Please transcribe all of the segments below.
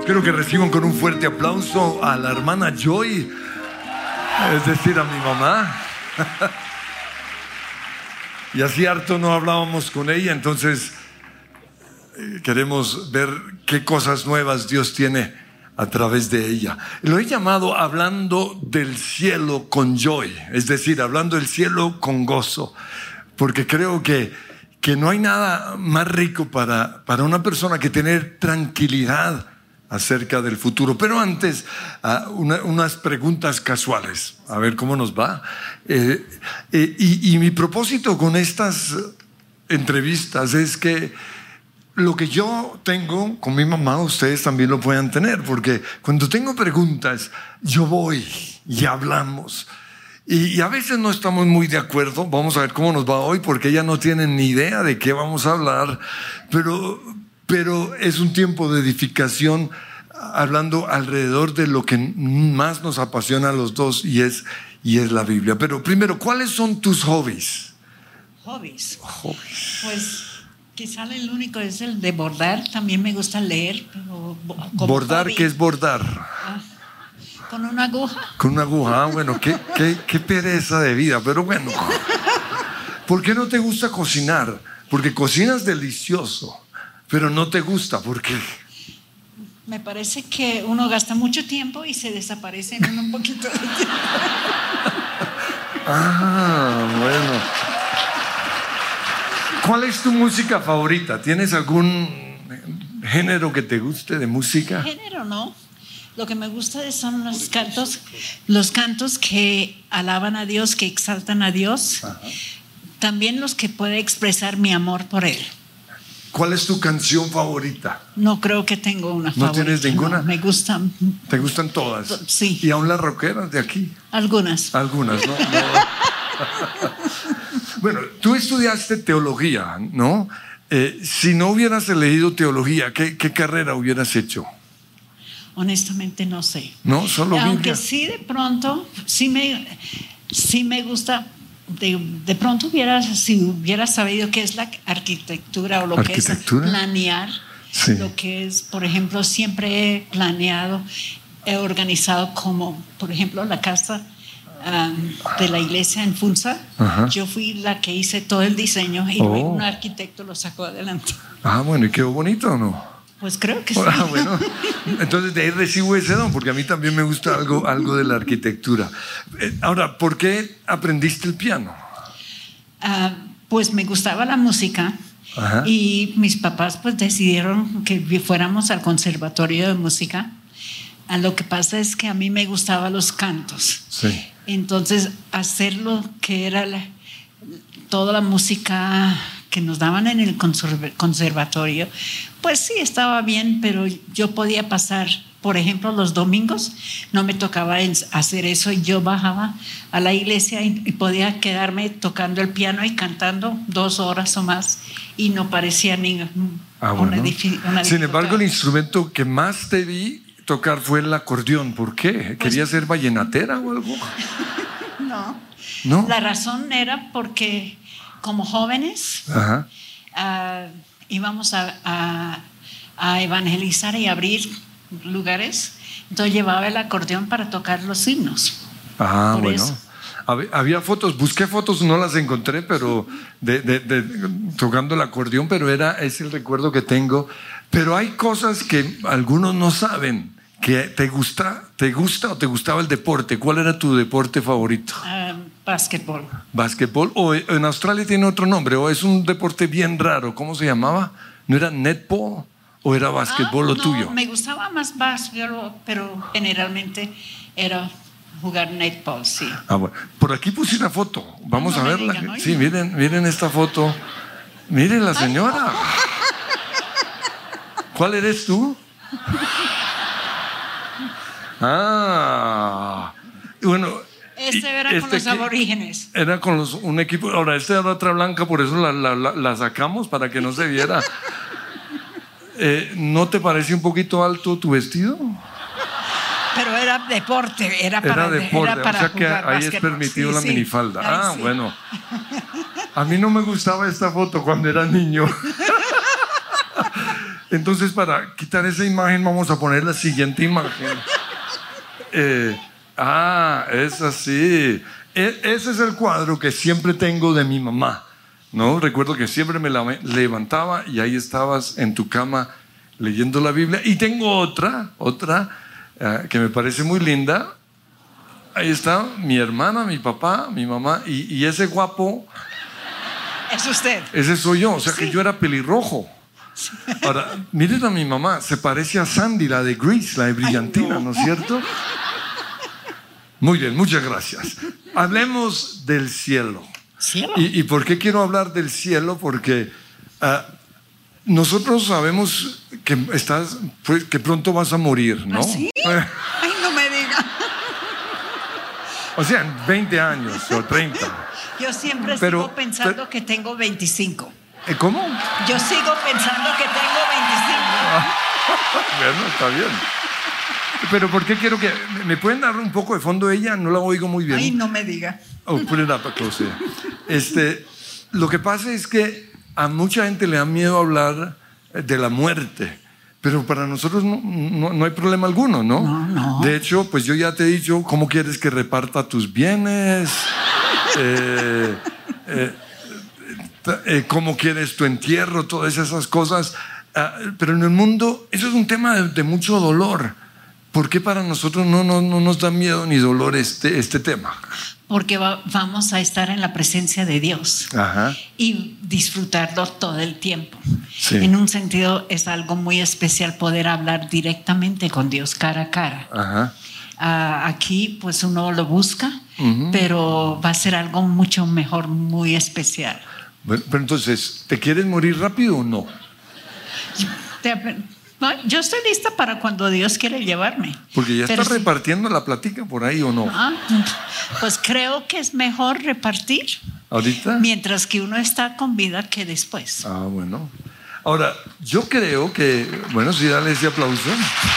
Quiero que reciban con un fuerte aplauso a la hermana Joy, es decir, a mi mamá. Y así harto no hablábamos con ella, entonces queremos ver qué cosas nuevas Dios tiene a través de ella. Lo he llamado hablando del cielo con joy, es decir, hablando del cielo con gozo, porque creo que no hay nada más rico para una persona que tener tranquilidad acerca del futuro. Pero antes, unas preguntas casuales, a ver cómo nos va. Y mi propósito con estas entrevistas es que lo que yo tengo con mi mamá, ustedes también lo puedan tener, porque cuando tengo preguntas, yo voy y hablamos. Y a veces no estamos muy de acuerdo. Vamos a ver cómo nos va hoy, porque ella no tiene ni idea de qué vamos a hablar, pero es un tiempo de edificación, hablando alrededor de lo que más nos apasiona a los dos, y es la Biblia. Pero primero, ¿cuáles son tus hobbies? Hobbies. Pues quizá el único es el de bordar. También me gusta leer. Pero ¿Bordar? Hobby. ¿Qué es bordar? Con una aguja. Con una aguja. Bueno, qué pereza de vida, pero bueno. ¿Por qué no te gusta cocinar? Porque cocinas delicioso, pero no te gusta. ¿Por qué? Me parece que uno gasta mucho tiempo y se desaparece en un poquito de tiempo. Bueno. ¿Cuál es tu música favorita? ¿Tienes algún género que te guste de música? Género, no. Lo que me gusta son los cantos que alaban a Dios, que exaltan a Dios. Ajá. También los que puede expresar mi amor por Él. ¿Cuál es tu canción favorita? No creo que tengo una favorita. ¿No tienes ninguna? No, me gustan. ¿Te gustan todas? Sí. ¿Y aún las rockeras de aquí? Algunas. Algunas, ¿no? Bueno, tú estudiaste teología, ¿no? Si no hubieras elegido teología, ¿qué carrera hubieras hecho? Honestamente no sé. No, solo Biblia. Aunque sí, de pronto, sí me gusta. De pronto si hubiera sabido qué es la arquitectura o lo que es planear, sí. Lo que es, por ejemplo, siempre he planeado, he organizado, como por ejemplo la casa de la iglesia en Funza. Ajá. Yo fui la que hice todo el diseño y un arquitecto lo sacó adelante. Bueno, ¿y quedó bonito o no? Pues creo que sí. Bueno, entonces de ahí recibo ese don, porque a mí también me gusta algo de la arquitectura. Ahora, ¿por qué aprendiste el piano? Pues me gustaba la música. Ajá. Y mis papás pues decidieron que fuéramos al conservatorio de música. Lo que pasa es que a mí me gustaban los cantos. Sí. Entonces, hacer lo que era toda la música que nos daban en el conservatorio, pues sí, estaba bien, pero yo podía pasar, por ejemplo, los domingos, no me tocaba hacer eso, y yo bajaba a la iglesia y podía quedarme tocando el piano y cantando 2 horas o más, y no parecía una dificultad. Sin embargo, el instrumento que más te vi tocar fue el acordeón. ¿Por qué? ¿Querías ser vallenatera o algo? No. La razón era porque como jóvenes íbamos a evangelizar y abrir lugares. Entonces llevaba el acordeón para tocar los himnos. Bueno. Eso. Había fotos, busqué fotos, no las encontré, pero de tocando el acordeón, pero es el recuerdo que tengo. Pero hay cosas que algunos no saben. ¿Que te gusta o te gustaba el deporte? ¿Cuál era tu deporte favorito? Básquetbol. ¿Básquetbol? ¿O en Australia tiene otro nombre? ¿O es un deporte bien raro? ¿Cómo se llamaba? ¿No era netball o era básquetbol lo tuyo? Me gustaba más básquetbol, pero generalmente era jugar netball, sí. Bueno. Por aquí puse una foto. Vamos a verla. Diga, sí, miren esta foto. Miren la señora. ¿Cuál eres tú? Bueno. Era con los aborígenes. Era con un equipo. Ahora, era otra blanca, por eso la sacamos para que no se viera. ¿No te parece un poquito alto tu vestido? Pero era deporte, era para deporte, o sea que ahí es permitido la minifalda. Sí. Bueno. A mí no me gustaba esta foto cuando era niño. Entonces, para quitar esa imagen, vamos a poner la siguiente imagen. Es así. Ese es el cuadro que siempre tengo de mi mamá, ¿no? Recuerdo que siempre me levantaba y ahí estabas en tu cama leyendo la Biblia. Y tengo otra que me parece muy linda. Ahí está mi hermana, mi papá, mi mamá y ese guapo. Es usted. Ese soy yo, o sea, sí, que yo era pelirrojo. Sí. Ahora, miren a mi mamá, se parece a Sandy, la de Grease, la de Brillantina, ¿no es cierto? Muy bien, muchas gracias. Hablemos del cielo. ¿Cielo? ¿Y por qué quiero hablar del cielo? Porque nosotros sabemos que pronto vas a morir, ¿no? ¿Ah, sí? Ay, no me diga. O sea, en 20 años o 30. Yo siempre sigo pensando que tengo 25. ¿Cómo? Yo sigo pensando que tengo 25. Bueno, está bien. Pero ¿por qué quiero que... ¿Me pueden dar un poco de fondo de ella? No la oigo muy bien. Ay, no me diga. Oh, put it up close. Lo que pasa es que a mucha gente le da miedo hablar de la muerte. Pero para nosotros no hay problema alguno, ¿no? No. De hecho, pues yo ya te he dicho cómo quieres que reparta tus bienes, cómo quieres tu entierro, todas esas cosas. Pero en el mundo eso es un tema de mucho dolor. ¿Por qué para nosotros no nos da miedo ni dolor este tema? Porque vamos a estar en la presencia de Dios. Ajá. Y disfrutarlo todo el tiempo. Sí. En un sentido es algo muy especial poder hablar directamente con Dios cara a cara. Ajá. Aquí pues uno lo busca, pero va a ser algo mucho mejor, muy especial. Bueno, pero entonces, ¿te quieres morir rápido o no? No, yo estoy lista para cuando Dios quiere llevarme. Porque ya está repartiendo la platica por ahí, ¿o no? Pues creo que es mejor repartir. ¿Ahorita? Mientras que uno está con vida que después. Bueno. Ahora, yo creo que... Bueno, sí, dale ese aplauso.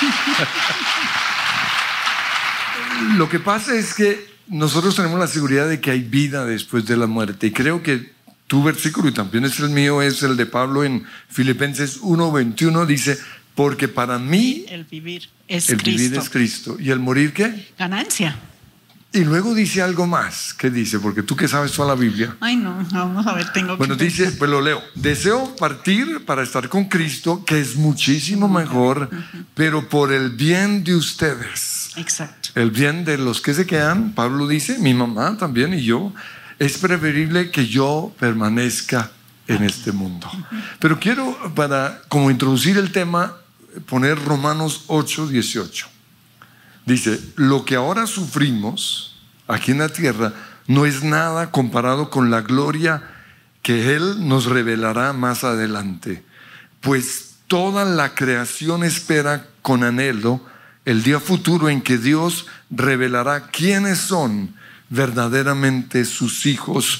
Lo que pasa es que nosotros tenemos la seguridad de que hay vida después de la muerte. Y creo que tu versículo, y también es el mío, es el de Pablo en Filipenses 1:21, dice... Porque para mí el vivir es Cristo. Vivir es Cristo. ¿Y el morir qué? Ganancia. Y luego dice algo más. ¿Qué dice? Porque tú que sabes toda la Biblia. Ay, no, vamos a ver, tengo Bueno, dice, pues lo leo. Deseo partir para estar con Cristo, que es muchísimo mejor, pero por el bien de ustedes. Exacto. El bien de los que se quedan, Pablo dice, mi mamá también y yo, es preferible que yo permanezca en este mundo. Pero quiero, como introducir el tema, poner Romanos 8:18. Dice, lo que ahora sufrimos aquí en la tierra no es nada comparado con la gloria que Él nos revelará más adelante, pues toda la creación espera con anhelo el día futuro en que Dios revelará quiénes son verdaderamente sus hijos,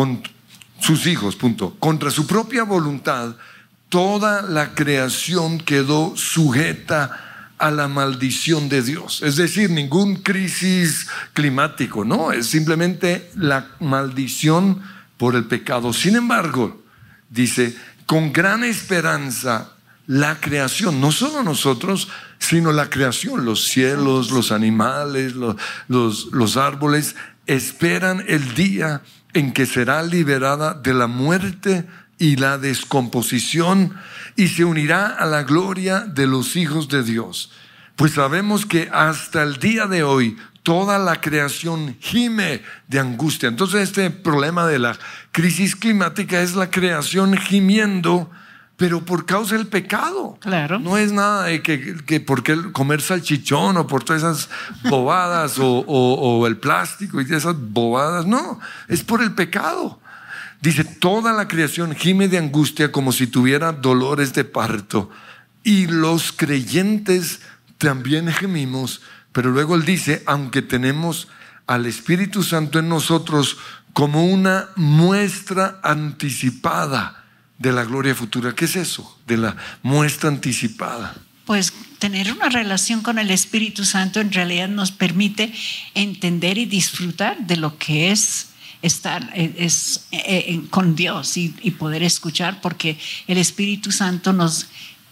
Contra su propia voluntad, toda la creación quedó sujeta a la maldición de Dios. Es decir, ningún crisis climático, no, es simplemente la maldición por el pecado. Sin embargo, dice, con gran esperanza, la creación, no solo nosotros, sino la creación, los cielos, los animales, los árboles, esperan el día en que será liberada de la muerte y la descomposición y se unirá a la gloria de los hijos de Dios. Pues sabemos que hasta el día de hoy toda la creación gime de angustia. Entonces este problema de la crisis climática es la creación gimiendo, pero por causa del pecado. Claro. No es nada de que por qué comer salchichón o por todas esas bobadas o el plástico y esas bobadas. No, es por el pecado. Dice, toda la creación gime de angustia como si tuviera dolores de parto. Y los creyentes también gemimos. Pero luego él dice, aunque tenemos al Espíritu Santo en nosotros como una muestra anticipada de la gloria futura. ¿Qué es eso? De la muestra anticipada. Pues tener una relación con el Espíritu Santo en realidad nos permite entender y disfrutar de lo que es estar con Dios y poder escuchar, porque el Espíritu Santo nos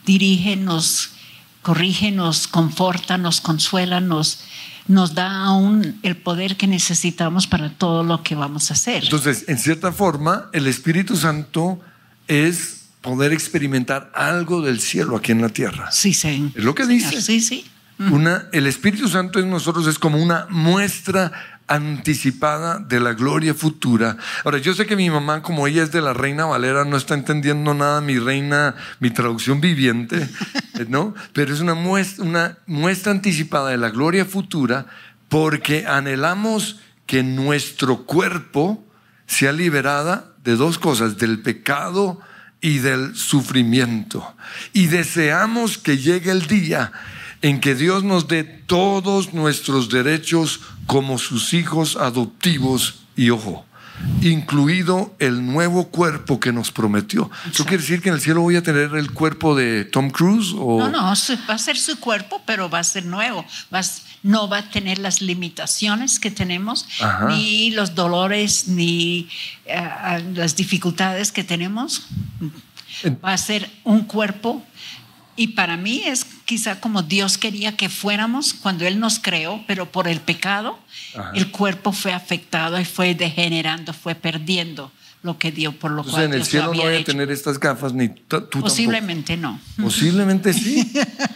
dirige, nos corrige, nos conforta, nos consuela, nos da aún el poder que necesitamos para todo lo que vamos a hacer. Entonces, en cierta forma, el Espíritu Santo es poder experimentar algo del cielo aquí en la tierra. Sí, sí. Es lo que dice. Sí, sí. El Espíritu Santo en nosotros es como una muestra anticipada de la gloria futura. Ahora, yo sé que mi mamá, como ella es de la Reina Valera, no está entendiendo nada mi traducción viviente, ¿no? Pero es una muestra anticipada de la gloria futura, porque anhelamos que nuestro cuerpo sea liberada de dos cosas: del pecado y del sufrimiento. Y deseamos que llegue el día en que Dios nos dé todos nuestros derechos como sus hijos adoptivos, y ojo, incluido el nuevo cuerpo que nos prometió. ¿Eso quiere decir que en el cielo voy a tener el cuerpo de Tom Cruise? ¿O? No, va a ser su cuerpo, pero va a ser nuevo. No va a tener las limitaciones que tenemos, ni los dolores, ni las dificultades que tenemos. Va a ser un cuerpo. Y para mí es quizá como Dios quería que fuéramos cuando Él nos creó, pero por el pecado el cuerpo fue afectado y fue degenerando, fue perdiendo lo que dio, por lo Entonces, cual en el Dios cielo lo había no voy a hecho. tener estas gafas, ni tú Posiblemente tampoco. no. Posiblemente sí.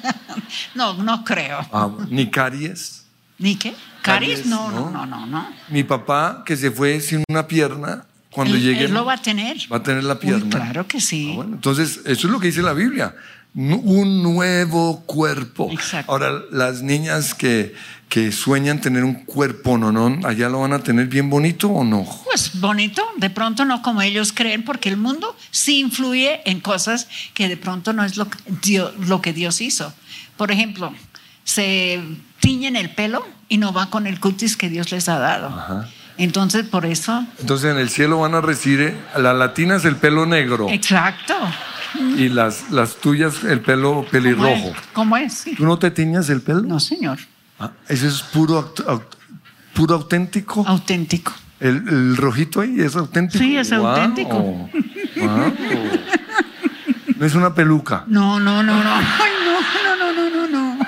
No creo. Ni caries. ¿Ni qué? ¿Caries? No. Mi papá, que se fue sin una pierna, cuando llegue él lo va a tener. Va a tener la pierna. Uy, claro que sí. Bueno, entonces, eso es lo que dice la Biblia. Un nuevo cuerpo. Exacto. Ahora, las niñas que sueñan tener un cuerpo, ¿no? ¿Allá lo van a tener bien bonito o no? Pues bonito, de pronto no como ellos creen, porque el mundo sí influye en cosas que de pronto no es lo que Dios hizo. Por ejemplo, se tiñen el pelo y no va con el cutis que Dios les ha dado. Entonces, por eso. Entonces, en el cielo van a recibir, las latinas el pelo negro. Exacto. Y las tuyas el pelo pelirrojo. ¿Cómo es? Sí. ¿Tú no te tiñas el pelo? No, señor. ¿Ese es puro auténtico? Auténtico. ¿El rojito ahí es auténtico? Sí, es auténtico. Wow. No es una peluca. No. Ay, no.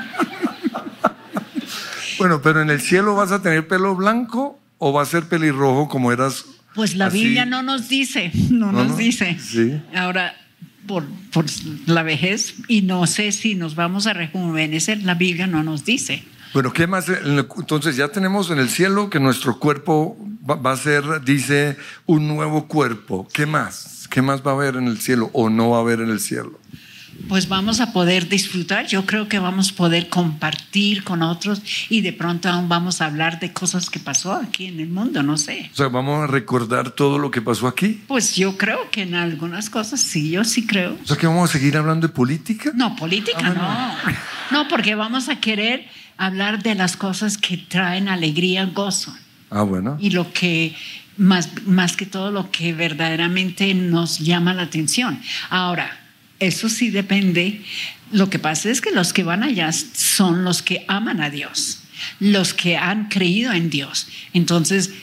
Bueno, pero en el cielo vas a tener pelo blanco o va a ser pelirrojo como eras. Pues la así. Biblia no nos dice. No nos dice. Sí. Ahora, por la vejez, y no sé si nos vamos a rejuvenecer, la Biblia no nos dice. Bueno, ¿qué más? Entonces ya tenemos en el cielo que nuestro cuerpo va a ser, dice, un nuevo cuerpo. ¿Qué más? ¿Qué más va a haber en el cielo o no va a haber en el cielo? Pues vamos a poder disfrutar. Yo creo que vamos a poder compartir con otros, y de pronto aún vamos a hablar de cosas que pasó aquí en el mundo, no sé. O sea, ¿vamos a recordar todo lo que pasó aquí? Pues yo creo que en algunas cosas sí, yo sí creo. O sea, ¿que vamos a seguir hablando de política? No, política no, porque vamos a querer hablar de las cosas que traen alegría, gozo. Bueno. Y lo que más que todo, lo que verdaderamente nos llama la atención. Ahora, eso sí depende. Lo que pasa es que los que van allá son los que aman a Dios, los que han creído en Dios. Entonces,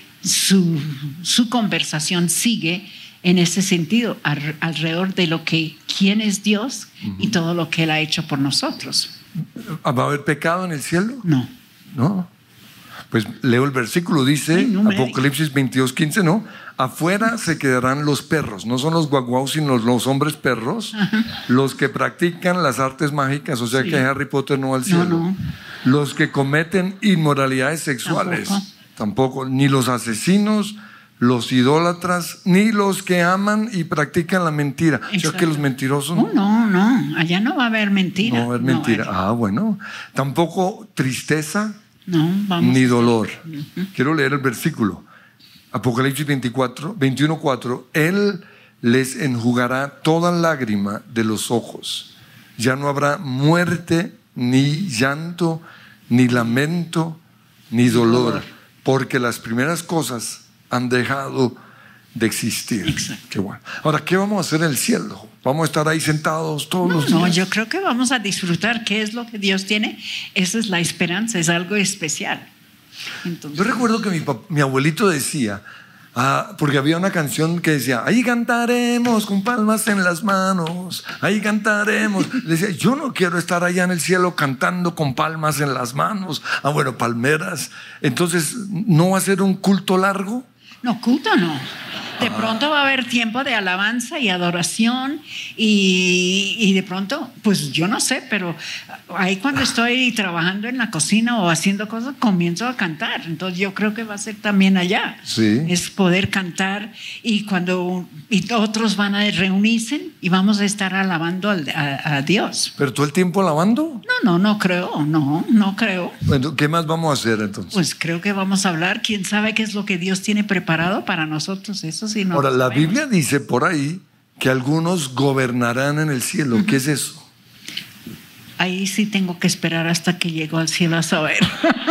su conversación sigue en ese sentido, alrededor de quién es Dios y todo lo que Él ha hecho por nosotros. ¿Va a haber pecado en el cielo? No. Pues leo el versículo, dice, Sí, Apocalipsis 22:15, ¿no? Afuera se quedarán los perros, no son los guaguaus, sino los hombres perros, los que practican las artes mágicas, o sea que Harry Potter no va al cielo. No. Los que cometen inmoralidades sexuales, tampoco, ni los asesinos, los idólatras, ni los que aman y practican la mentira. O sea que los mentirosos no, allá no va a haber mentira. No va a haber mentira. Bueno. Tampoco tristeza, vamos ni dolor. Quiero leer el versículo. Apocalipsis 21:4. Él les enjugará toda lágrima de los ojos. Ya no habrá muerte, ni llanto, ni lamento, ni dolor, porque las primeras cosas han dejado de existir. Exacto. Qué bueno. Ahora, ¿qué vamos a hacer en el cielo? ¿Vamos a estar ahí sentados todos los días? No, yo creo que vamos a disfrutar. ¿Qué es lo que Dios tiene? Esa es la esperanza, es algo especial. Entonces, yo recuerdo que mi abuelito decía, Porque había una canción que decía, ahí cantaremos con palmas en las manos, ahí cantaremos. Le decía, yo no quiero estar allá en el cielo cantando con palmas en las manos. Bueno, palmeras. Entonces, ¿no va a ser un culto largo? No, culto no. De pronto va a haber tiempo de alabanza y adoración y de pronto, pues yo no sé, pero ahí cuando estoy trabajando en la cocina o haciendo cosas, comienzo a cantar. Entonces yo creo que va a ser también allá. Sí. Es poder cantar y otros van a reunirse y vamos a estar alabando a Dios. ¿Pero todo el tiempo alabando? No creo, no creo. Bueno, ¿qué más vamos a hacer entonces? Pues creo que vamos a hablar, quién sabe qué es lo que Dios tiene preparado para nosotros, eso sí no. Ahora, la Biblia dice por ahí que algunos gobernarán en el cielo. ¿Qué es eso? Ahí sí tengo que esperar hasta que llego al cielo a saber.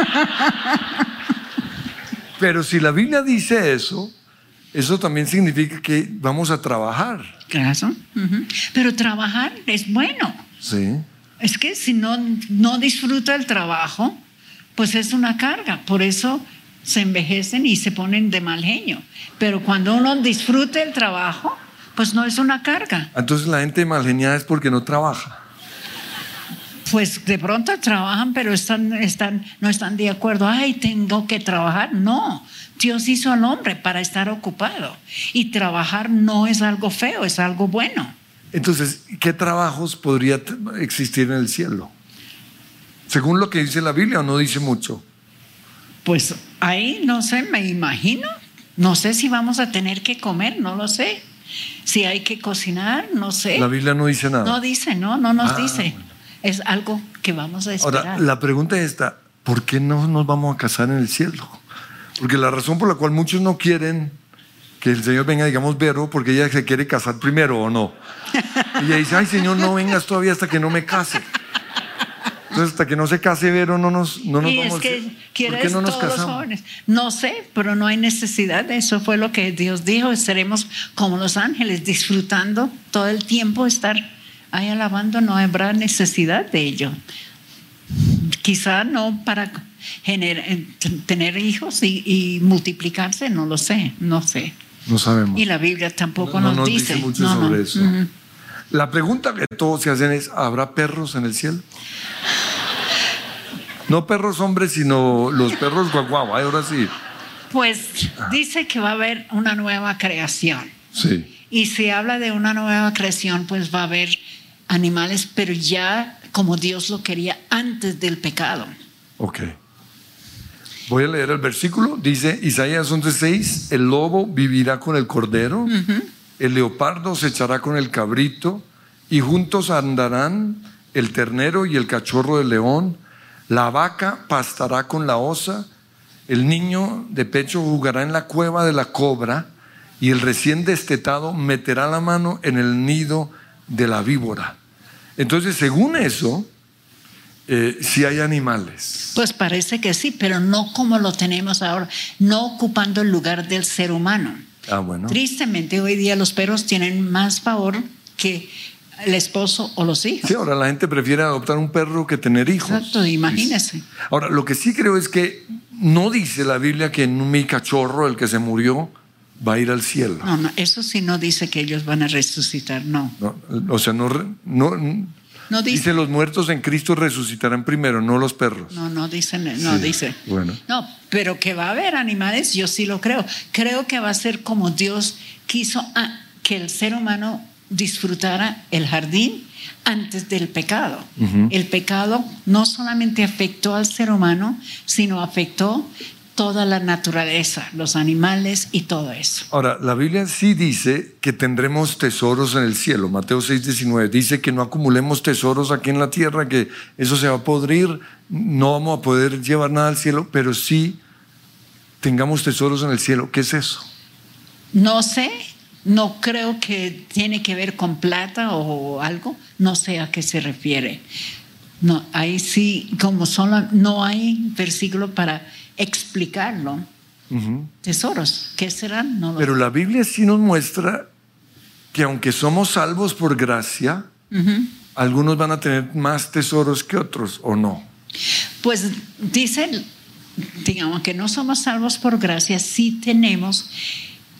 Pero si la Biblia dice eso, eso también significa que vamos a trabajar. Claro. Pero trabajar es bueno. Sí. Es que si no disfruta el trabajo, pues es una carga. Por eso se envejecen y se ponen de mal genio. Pero cuando uno disfruta el trabajo, pues no es una carga. Entonces la gente malgeniada es porque no trabaja. Pues de pronto trabajan, pero no están de acuerdo. Ay, tengo que trabajar. No, Dios hizo al hombre para estar ocupado. Y trabajar no es algo feo, es algo bueno. Entonces, ¿qué trabajos podría existir en el cielo? Según lo que dice la Biblia, ¿o no dice mucho? Pues ahí no sé, me imagino. No sé si vamos a tener que comer, no lo sé. Si hay que cocinar, no sé. La Biblia no dice nada. No dice, no nos dice. Bueno. Es algo que vamos a esperar. Ahora, la pregunta es esta: ¿por qué no nos vamos a casar en el cielo? Porque la razón por la cual muchos no quieren que el Señor venga, digamos, Vero, porque ella se quiere casar primero, ¿o no? Y ella dice, ay, Señor, no vengas todavía hasta que no me case. Entonces, hasta que no se case Vero, no nos y vamos es que ¿por qué no nos todos casamos? Jóvenes. No sé, pero no hay necesidad. Eso fue lo que Dios dijo. Seremos como los ángeles, disfrutando todo el tiempo, estar ahí alabando. No habrá necesidad de ello. Quizá no para tener hijos y multiplicarse, no lo sé, no sé. No sabemos. Y la Biblia tampoco no nos dice mucho sobre eso. La pregunta que todos se hacen es, ¿habrá perros en el cielo? No perros hombres, sino los perros guaguau. Ahora sí. Pues dice que va a haber una nueva creación. Sí. Y si habla de una nueva creación, pues va a haber animales, pero ya como Dios lo quería antes del pecado. Ok. Voy a leer el versículo. Dice Isaías 11:6, el lobo vivirá con el cordero, el leopardo se echará con el cabrito, y juntos andarán el ternero y el cachorro del león. La vaca pastará con la osa, el niño de pecho jugará en la cueva de la cobra, y el recién destetado meterá la mano en el nido de la víbora. Entonces, según eso, sí hay animales. Pues parece que sí, pero no como lo tenemos ahora, no ocupando el lugar del ser humano. Bueno. Tristemente, hoy día los perros tienen más favor que el esposo o los hijos. Sí, ahora la gente prefiere adoptar un perro que tener hijos. Exacto, imagínese. Ahora, lo que sí creo es que no dice la Biblia que mi cachorro, el que se murió, va a ir al cielo. No, eso sí no dice que ellos van a resucitar, no. O sea, no dice los muertos en Cristo resucitarán primero, no los perros. No dice. Bueno. No, pero que va a haber animales, yo sí lo creo. Creo que va a ser como Dios quiso que el ser humano disfrutara el jardín antes del pecado. El pecado no solamente afectó al ser humano, sino afectó toda la naturaleza, los animales y todo eso. Ahora, la Biblia sí dice que tendremos tesoros en el cielo. Mateo 6:19 dice que no acumulemos tesoros aquí en la tierra, que eso se va a podrir, no vamos a poder llevar nada al cielo, pero sí tengamos tesoros en el cielo. ¿Qué es eso? No sé, no creo que tiene que ver con plata o algo, no sé a qué se refiere. No, ahí sí, como solo no hay versículo para explicarlo. Tesoros, ¿qué serán? No lo Pero sé. la Biblia sí nos muestra que aunque somos salvos por gracia, algunos van a tener más tesoros que otros, ¿o no? Pues dice, digamos que no somos salvos por gracia, sí tenemos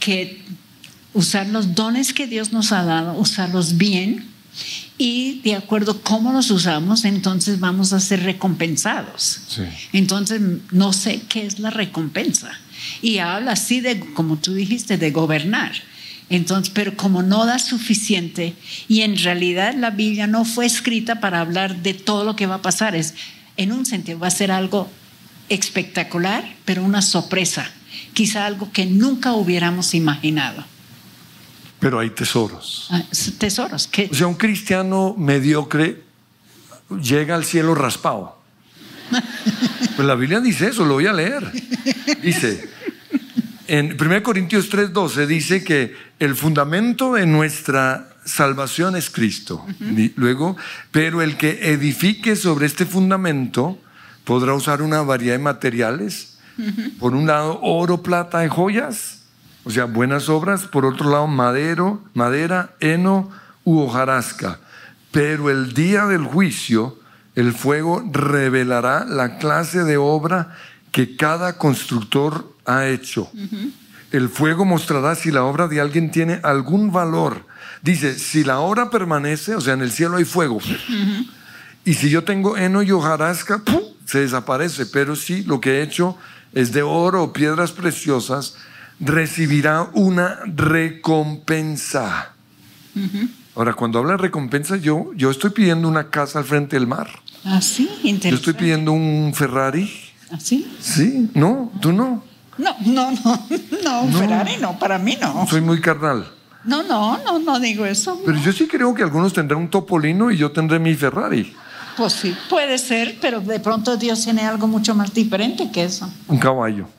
que usar los dones que Dios nos ha dado, usarlos bien, y de acuerdo a cómo los usamos, entonces vamos a ser recompensados. Sí. Entonces no sé qué es la recompensa. Y habla así de, como tú dijiste, de gobernar. Entonces, pero como no da suficiente, y en realidad la Biblia no fue escrita para hablar de todo lo que va a pasar, es, en un sentido va a ser algo espectacular, pero una sorpresa, quizá algo que nunca hubiéramos imaginado. Pero hay tesoros. Tesoros. O sea, un cristiano mediocre llega al cielo raspado. Pues la Biblia dice eso, lo voy a leer. Dice, en 1 Corintios 3:12 dice que el fundamento de nuestra salvación es Cristo. Luego, pero el que edifique sobre este fundamento podrá usar una variedad de materiales. Por un lado, oro, plata y joyas. O sea, buenas obras. Por otro lado, madera, heno u hojarasca. Pero el día del juicio, el fuego revelará la clase de obra que cada constructor ha hecho. El fuego mostrará si la obra de alguien tiene algún valor. Dice, si la obra permanece, o sea, en el cielo hay fuego. Y si yo tengo heno y hojarasca, ¡pum!, se desaparece. Pero si lo que he hecho es de oro o piedras preciosas, recibirá una recompensa. Ahora, cuando habla de recompensa, yo estoy pidiendo una casa al frente del mar. Ah, sí, interesante. Yo estoy pidiendo un Ferrari. ¿Ah, sí? Sí, ¿no? ¿Tú no? No, Ferrari no, para mí no. Soy muy carnal. No digo eso. Pero yo sí creo que algunos tendrán un Topolino y yo tendré mi Ferrari. Pues sí, puede ser, pero de pronto Dios tiene algo mucho más diferente que eso. Un caballo.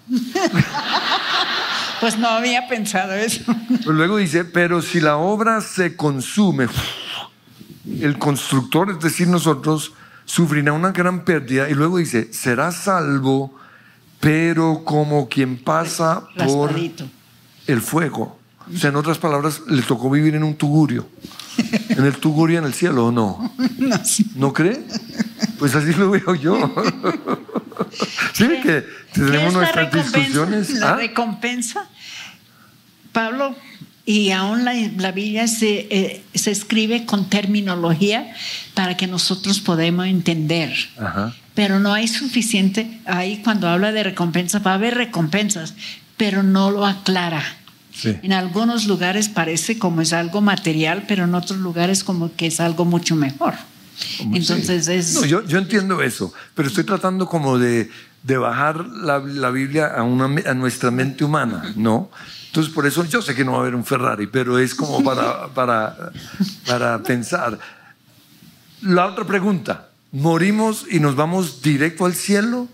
Pues no había pensado eso. Pero luego dice, pero si la obra se consume, el constructor, es decir, nosotros, sufrirá una gran pérdida. Y luego dice, será salvo, pero como quien pasa por el fuego. O sea, en otras palabras, le tocó vivir en un tugurio. ¿En el tugurio en el cielo o no? ¿No cree? Pues así lo veo yo. Sí, que tenemos nuestras discusiones. La recompensa, Pablo, y aún la Biblia se escribe con terminología para que nosotros podamos entender. Pero no hay suficiente. Ahí cuando habla de recompensa, va a haber recompensas, pero no lo aclara. Sí. En algunos lugares parece como es algo material, pero en otros lugares como que es algo mucho mejor. Entonces es... No, yo entiendo eso, pero estoy tratando como de bajar la Biblia a nuestra mente humana, ¿no? Entonces por eso yo sé que no va a haber un Ferrari, pero es como para pensar. La otra pregunta, ¿morimos y nos vamos directo al cielo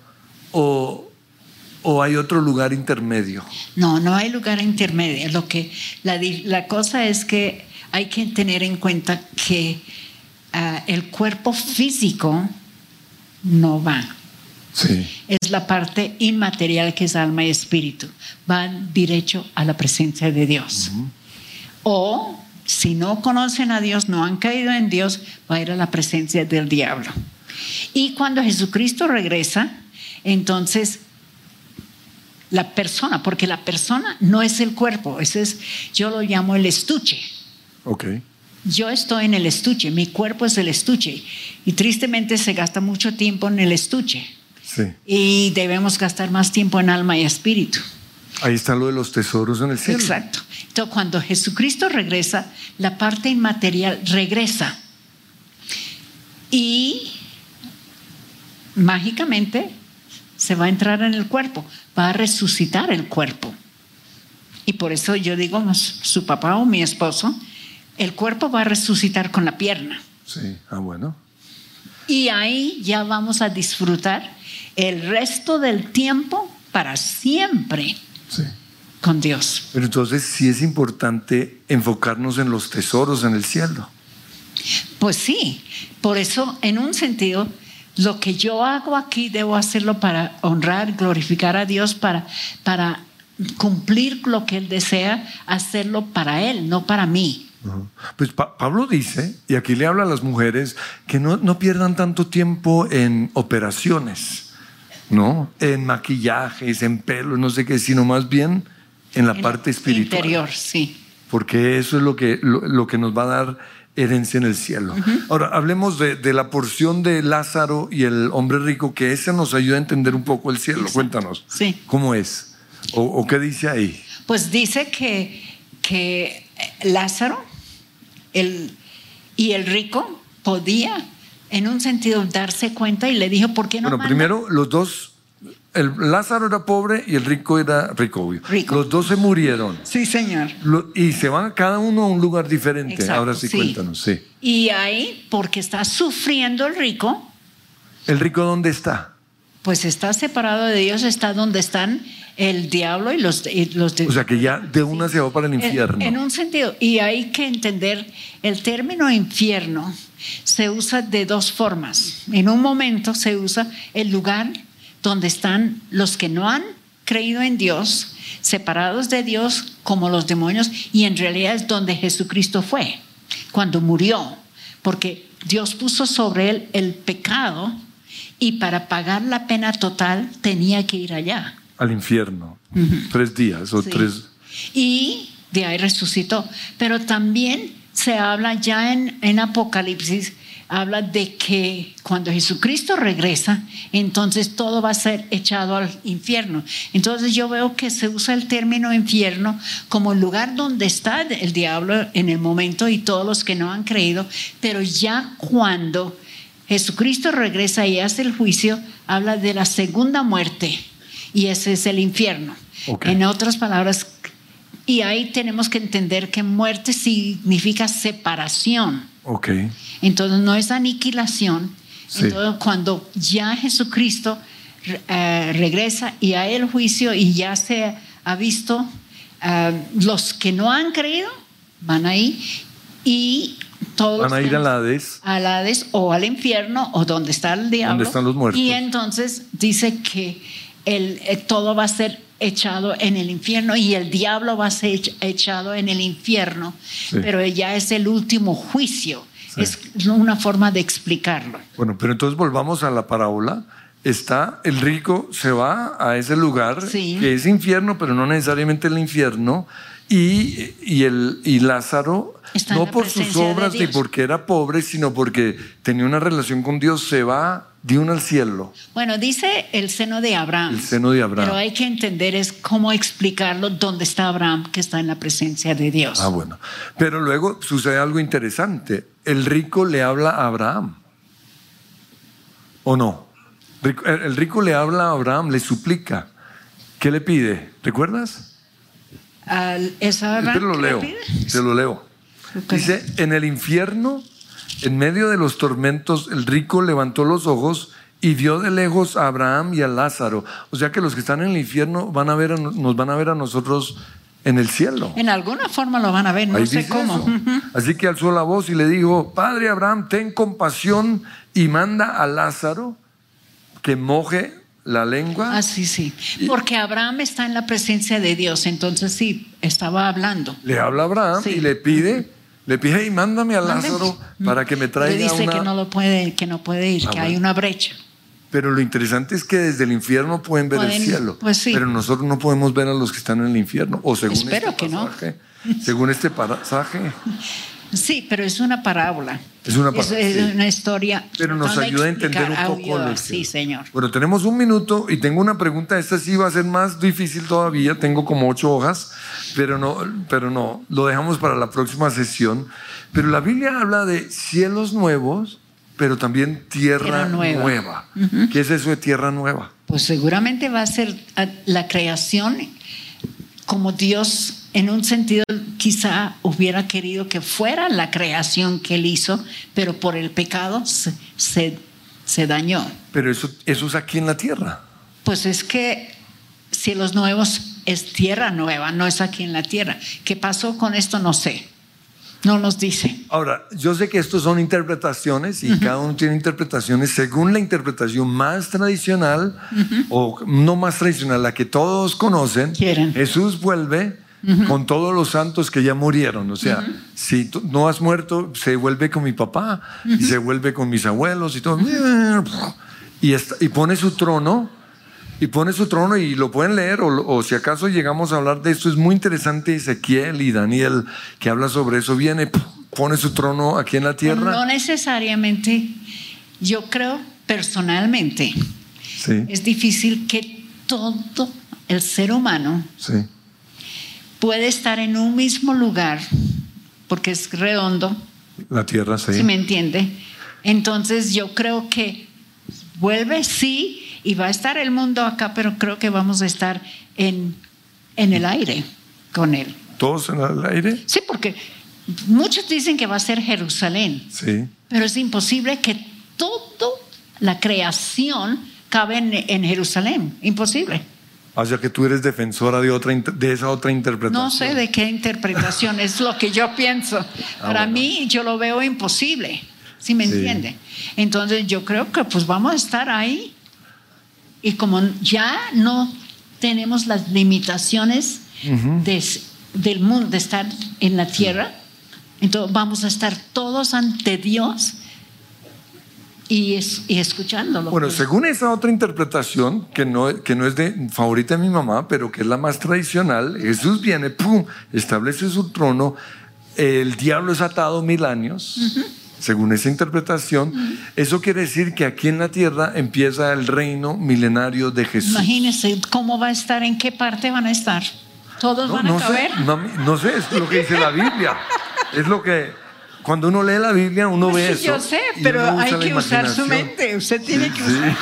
o hay otro lugar intermedio? No hay lugar intermedio. La cosa es que hay que tener en cuenta que el cuerpo físico no va. Sí. Es la parte inmaterial que es alma y espíritu. Van derecho a la presencia de Dios. O si no conocen a Dios, no han caído en Dios, va a ir a la presencia del diablo. Y cuando Jesucristo regresa, entonces la persona, porque la persona no es el cuerpo, yo lo llamo el estuche. Okay. Yo estoy en el estuche, mi cuerpo es el estuche, y tristemente se gasta mucho tiempo en el estuche. Sí. Y debemos gastar más tiempo en alma y espíritu. Ahí está lo de los tesoros en el cielo. Exacto. Entonces, cuando Jesucristo regresa, la parte inmaterial regresa y mágicamente se va a entrar en el cuerpo, va a resucitar el cuerpo. Y por eso yo digo, su papá o mi esposo, el cuerpo va a resucitar con la pierna. Sí, bueno. Y ahí ya vamos a disfrutar el resto del tiempo para siempre. Sí. Con Dios. Pero entonces sí es importante enfocarnos en los tesoros en el cielo. Pues sí, por eso en un sentido lo que yo hago aquí debo hacerlo para honrar, glorificar a Dios, para cumplir lo que Él desea, hacerlo para Él, no para mí. Pues Pablo dice, y aquí le habla a las mujeres, que no pierdan tanto tiempo en operaciones, ¿no? En maquillajes, en pelo, no sé qué, sino más bien en la parte espiritual. Interior, sí. Porque eso es lo que nos va a dar herencia en el cielo. Ahora, hablemos de la porción de Lázaro y el hombre rico, que ese nos ayuda a entender un poco el cielo. Exacto. Cuéntanos, sí. ¿Cómo es? ¿O qué dice ahí? Pues dice que Lázaro y el rico podía, en un sentido, darse cuenta, y le dijo, ¿por qué no manda? Primero, los dos, Lázaro era pobre y el rico era rico. Los dos se murieron. Sí, señor. Y se van cada uno a un lugar diferente. Exacto, ahora sí, cuéntanos. Sí. Y ahí, porque está sufriendo el rico. ¿El rico dónde está? Pues está separado de Dios, está donde están el diablo y los o sea que ya de una se va para el infierno. En un sentido, y hay que entender, el término infierno se usa de dos formas. En un momento se usa el lugar donde están los que no han creído en Dios, separados de Dios como los demonios, y en realidad es donde Jesucristo fue cuando murió, porque Dios puso sobre él el pecado, y para pagar la pena total tenía que ir allá. Al infierno. 3 días o 3. Y de ahí resucitó. Pero también se habla ya en Apocalipsis, habla de que cuando Jesucristo regresa, entonces todo va a ser echado al infierno. Entonces yo veo que se usa el término infierno como el lugar donde está el diablo en el momento y todos los que no han creído, pero ya cuando Jesucristo regresa y hace el juicio, habla de la segunda muerte, y ese es el infierno. Okay. En otras palabras, y ahí tenemos que entender que muerte significa separación. Okay. Entonces no es aniquilación. Sí. Entonces cuando ya Jesucristo regresa y hay el juicio y ya se ha visto, los que no han creído van ahí, y todos van a ir al Hades. Al Hades o al infierno o donde está el diablo. Donde están los muertos. Y entonces dice que todo va a ser echado en el infierno y el diablo va a ser echado en el infierno. Sí. Pero ya es el último juicio. Sí. Es una forma de explicarlo. Bueno, pero entonces volvamos a la parábola. Está el rico, se va a ese lugar, sí, que es infierno, pero no necesariamente el infierno. Y Lázaro, no por sus obras ni porque era pobre, sino porque tenía una relación con Dios, se va de uno al cielo. Bueno, dice el seno de Abraham. El seno de Abraham. Pero hay que entender es cómo explicarlo, dónde está Abraham, que está en la presencia de Dios. Ah, bueno. Pero luego sucede algo interesante. El rico le habla a Abraham. ¿O no? El rico le habla a Abraham, le suplica. ¿Qué le pide? ¿Recuerdas? Pero lo leo, te lo leo. Okay. Dice, en el infierno, en medio de los tormentos, el rico levantó los ojos y vio de lejos a Abraham y a Lázaro. O sea que los que están en el infierno nos van a ver a nosotros en el cielo. En alguna forma lo van a ver, no sé cómo. Así que alzó la voz y le dijo, Padre Abraham, ten compasión y manda a Lázaro que moje la lengua. Ah, sí. Porque Abraham está en la presencia de Dios, entonces sí, estaba hablando. Le habla a Abraham, sí, y le pide, y mándame a Lázaro para que me traiga. Le dice que no puede ir, que hay una brecha. Pero lo interesante es que desde el infierno pueden ver el cielo. Pues sí. Pero nosotros no podemos ver a los que están en el infierno. O según Espero que pasaje, no. Según este pasaje. Sí, pero es una parábola. Es una parábola. Es una historia. Pero nos ayuda a entender un poco. Sí, señor. Bueno, tenemos 1 minuto y tengo una pregunta. Esta sí va a ser más difícil todavía. Tengo como 8 hojas, pero no. Lo dejamos para la próxima sesión. Pero la Biblia habla de cielos nuevos, pero también tierra nueva. Uh-huh. ¿Qué es eso de tierra nueva? Pues seguramente va a ser la creación como Dios, en un sentido, quizá hubiera querido que fuera la creación que él hizo, pero por el pecado se dañó. Pero eso es aquí en la tierra. Pues es que cielos nuevos es tierra nueva, no es aquí en la tierra. ¿Qué pasó con esto? No sé. No nos dice. Ahora, yo sé que estos son interpretaciones y uh-huh, cada uno tiene interpretaciones según la interpretación más tradicional, uh-huh, o no más tradicional, la que todos conocen. Jesús vuelve, uh-huh, con todos los santos que ya murieron. O sea, uh-huh, si no has muerto, se vuelve con mi papá, uh-huh, y se vuelve con mis abuelos y todo. Uh-huh. Y pone su trono y pone su trono, y lo pueden leer, o si acaso llegamos a hablar de esto, es muy interesante Ezequiel y Daniel que habla sobre eso. Viene, pone su trono aquí en la tierra. No necesariamente. Yo creo personalmente, sí, es difícil que todo el ser humano sí, puede estar en un mismo lugar, porque es redondo. la tierra, sí. ¿Sí me entiende? Entonces yo creo que vuelve, sí, y va a estar el mundo acá, pero creo que vamos a estar en el aire con él. ¿Todos en el aire? Sí, porque muchos dicen que va a ser Jerusalén, Sí. pero es imposible que toda la creación cabe en Jerusalén. Imposible. O sea que tú eres defensora de esa otra interpretación. No sé de qué interpretación es lo que yo pienso. Para mí, yo lo veo imposible. ¿Sí me entiende? Entonces yo creo que pues vamos a estar ahí, y como ya no tenemos las limitaciones del mundo, de estar en la tierra, entonces vamos a estar todos ante Dios y escuchándolo. Bueno, según esa otra interpretación, que no es de favorita de mi mamá, pero que es la más tradicional, Jesús viene, ¡pum!, establece su trono, el diablo es atado 1000 años. Según esa interpretación, eso quiere decir que aquí en la tierra empieza el reino milenario de Jesús. Imagínense cómo va a estar, en qué parte van a estar. ¿Todos van a caber? No sé, es lo que dice la Biblia. Es lo que, cuando uno lee la Biblia, uno ve eso. Yo sé, pero hay que usar su mente. Usted tiene que usar.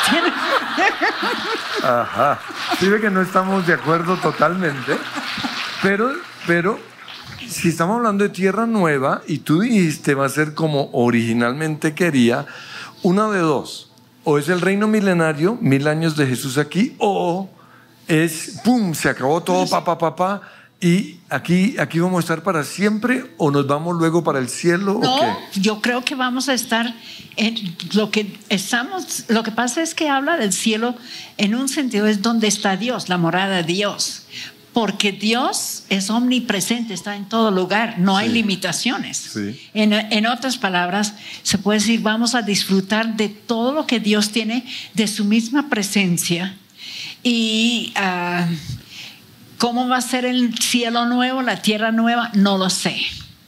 Ajá. Sí, ve que no estamos de acuerdo totalmente. Pero si estamos hablando de tierra nueva y tú dijiste va a ser como originalmente quería, una de dos: o es el reino milenario, 1000 años de Jesús aquí, o es pum, se acabó todo, y aquí vamos a estar para siempre, o nos vamos luego para el cielo. No, ¿o qué? yo creo que vamos a estar en lo que estamos. Lo que pasa es que habla del cielo en un sentido, es donde está Dios, la morada de Dios. Porque Dios es omnipresente, está en todo lugar, no hay limitaciones. Sí. En otras palabras, se puede decir, vamos a disfrutar de todo lo que Dios tiene, de su misma presencia. Y cómo va a ser el cielo nuevo, la tierra nueva, no lo sé.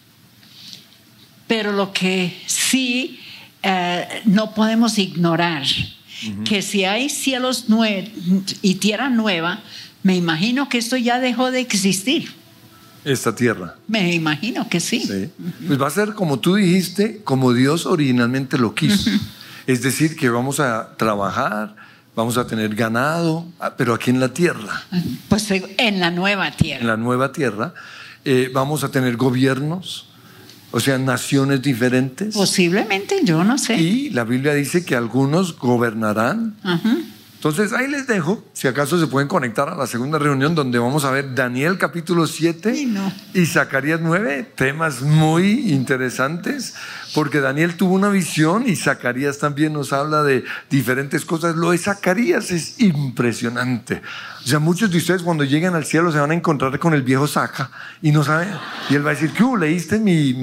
Pero lo que sí no podemos ignorar, que si hay cielos nuevos y tierra nueva, me imagino que esto ya dejó de existir. Esta tierra. Me imagino que sí. Pues va a ser como tú dijiste, como Dios originalmente lo quiso. Es decir, que vamos a trabajar, vamos a tener ganado, pero aquí en la tierra. Pues en la nueva tierra. En la nueva tierra vamos a tener gobiernos, o sea, naciones diferentes. Posiblemente, yo no sé. Y la Biblia dice que algunos gobernarán. Entonces ahí les dejo, si acaso se pueden conectar a la segunda reunión, donde vamos a ver Daniel capítulo 7 y Zacarías 9, temas muy interesantes, porque Daniel tuvo una visión y Zacarías también nos habla de diferentes cosas. Lo de Zacarías es impresionante. O sea, muchos de ustedes cuando lleguen al cielo se van a encontrar con el viejo Zaca y no saben, y él va a decir, ¿qué hubo? ¿Leíste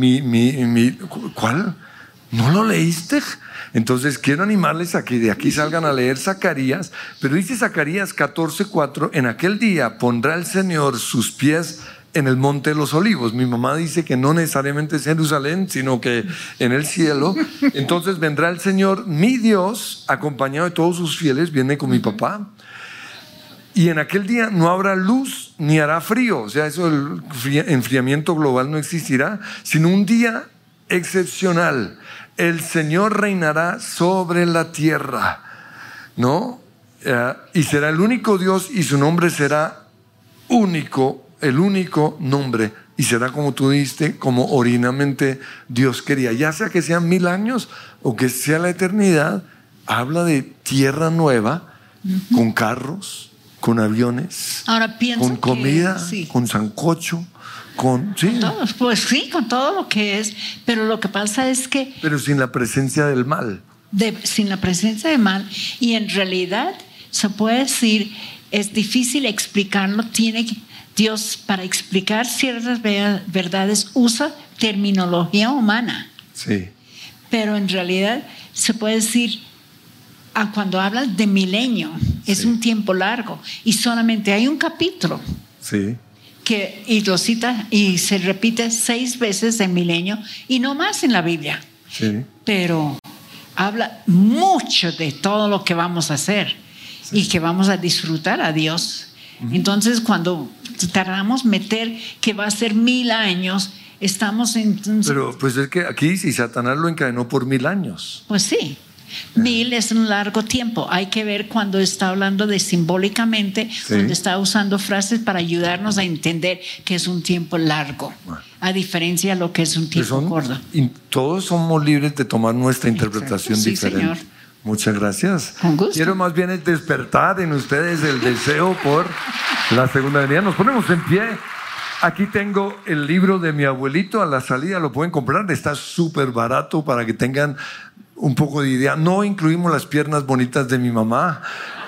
¿cuál? ¿No lo leíste? Entonces quiero animarles a que de aquí salgan a leer Zacarías, pero dice Zacarías 14:4, en aquel día pondrá el Señor sus pies en el monte de los olivos. Mi mamá dice que no necesariamente es Jerusalén, sino que en el cielo. Entonces vendrá el Señor, mi Dios, acompañado de todos sus fieles, viene con mi papá. Y en aquel día no habrá luz ni hará frío, o sea, eso el enfriamiento global no existirá, sino un día excepcional. El Señor reinará sobre la tierra, ¿no? Y será el único Dios y su nombre será único, el único nombre. Y será como tú dijiste, como originalmente Dios quería. Ya sea que sean 1000 años o que sea la eternidad, habla de tierra nueva, con carros, con aviones, ahora pienso con comida, sí, con sancocho. Con todo lo que es, pero lo que pasa es que... Pero sin la presencia del mal. Sin la presencia del mal, y en realidad se puede decir, es difícil explicarlo, Dios para explicar ciertas verdades usa terminología humana. Sí. Pero en realidad se puede decir, cuando hablas de milenio, Es un tiempo largo y solamente hay un capítulo. Sí. Y lo cita y se repite 6 veces en milenio y no más en la Biblia. Sí. Pero habla mucho de todo lo que vamos a hacer y que vamos a disfrutar a Dios. Entonces, cuando tardamos meter que va a ser 1000 años, estamos entonces... Pero pues es que aquí si Satanás lo encadenó por 1000 años. Pues sí. 1000 es un largo tiempo. Hay que ver cuando está hablando de simbólicamente, donde está usando frases para ayudarnos a entender que es un tiempo largo, a diferencia de lo que es un tiempo corto. Y todos somos libres de tomar nuestra interpretación diferente. Señor. Muchas gracias. Con gusto. Quiero más bien despertar en ustedes el deseo por la segunda venida. Nos ponemos en pie. Aquí tengo el libro de mi abuelito. A la salida lo pueden comprar. Está súper barato para que tengan un poco de idea. No incluimos las piernas bonitas de mi mamá.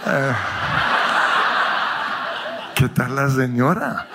¿Qué tal la señora?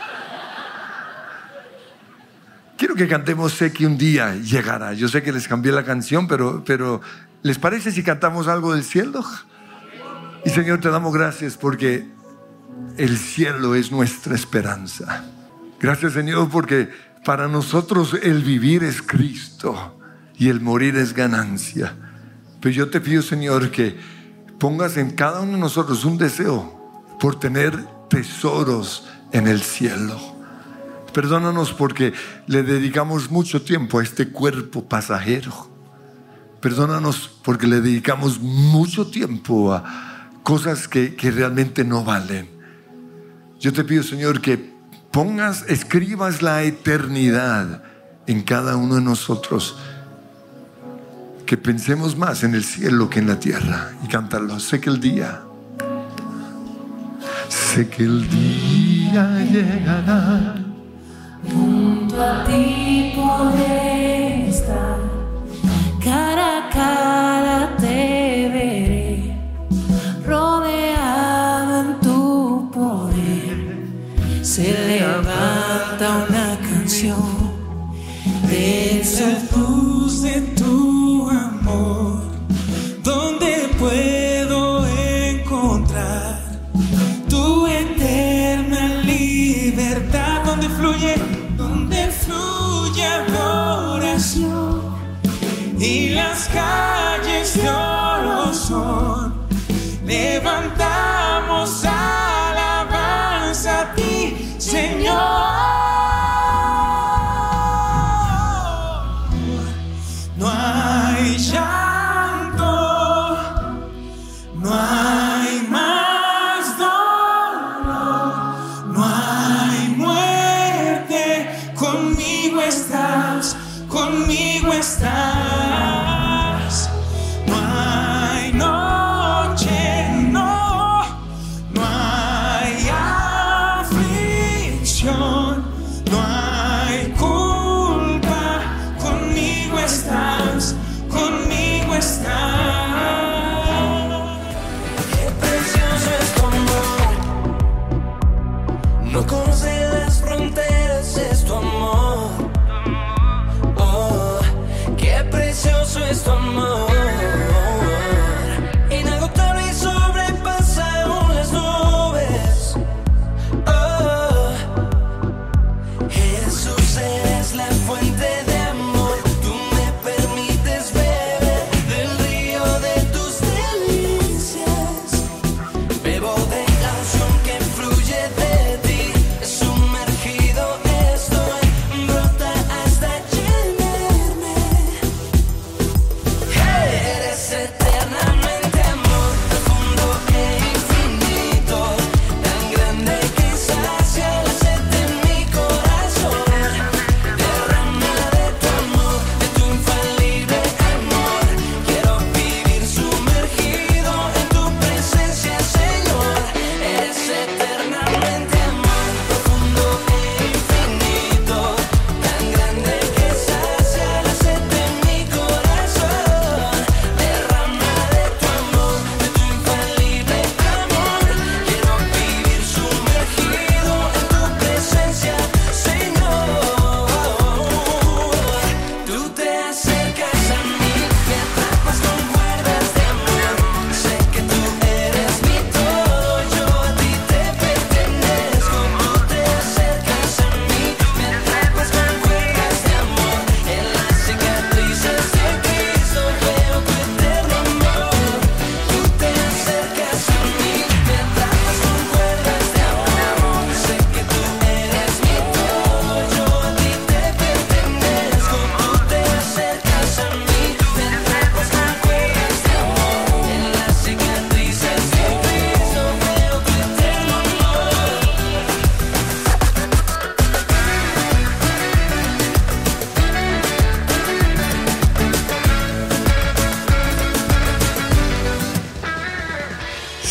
Quiero que cantemos Sé que un día llegará. Yo sé que les cambié la canción, pero ¿les parece si cantamos algo del cielo? Y Señor, te damos gracias porque el cielo es nuestra esperanza. Gracias, Señor, porque para nosotros el vivir es Cristo y el morir es ganancia. Pero yo te pido, Señor, que pongas en cada uno de nosotros un deseo por tener tesoros en el cielo. Perdónanos porque le dedicamos mucho tiempo a este cuerpo pasajero. Perdónanos porque le dedicamos mucho tiempo a cosas que realmente no valen. Yo te pido, Señor, que escribas la eternidad en cada uno de nosotros. Que pensemos más en el cielo que en la tierra. Y cántalo. Sé que el día llegará. Junto a ti podré estar, cara a cara te veré, rodeado en tu poder. Se levanta una canción de esa luz de tu amor, donde puedo encontrar tu eterna libertad, donde fluye adoración y las calles de oro son. Levantamos alabanza a ti, Señor. No hay llanto, no hay más dolor, no hay muerte. Conmigo estás, conmigo estás. No hay noche, no hay aflicción, no hay culpa. Conmigo estás, conmigo estás. Qué precioso es tu amor, no conoce las fronteras, es tu amor. Oh, qué precioso es tu amor, inagotable y sobrepasa aún las nubes. Oh, Jesús, eres la fuente de amor. Tú me permites beber del río de tus delicias. Bebo de la unción que fluye de ti. Sumergido estoy, brota hasta llenarme. Hey,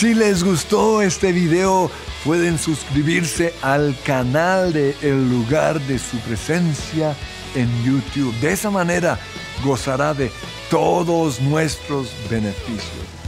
Si les gustó este video, pueden suscribirse al canal de El Lugar de Su Presencia en YouTube. De esa manera gozará de todos nuestros beneficios.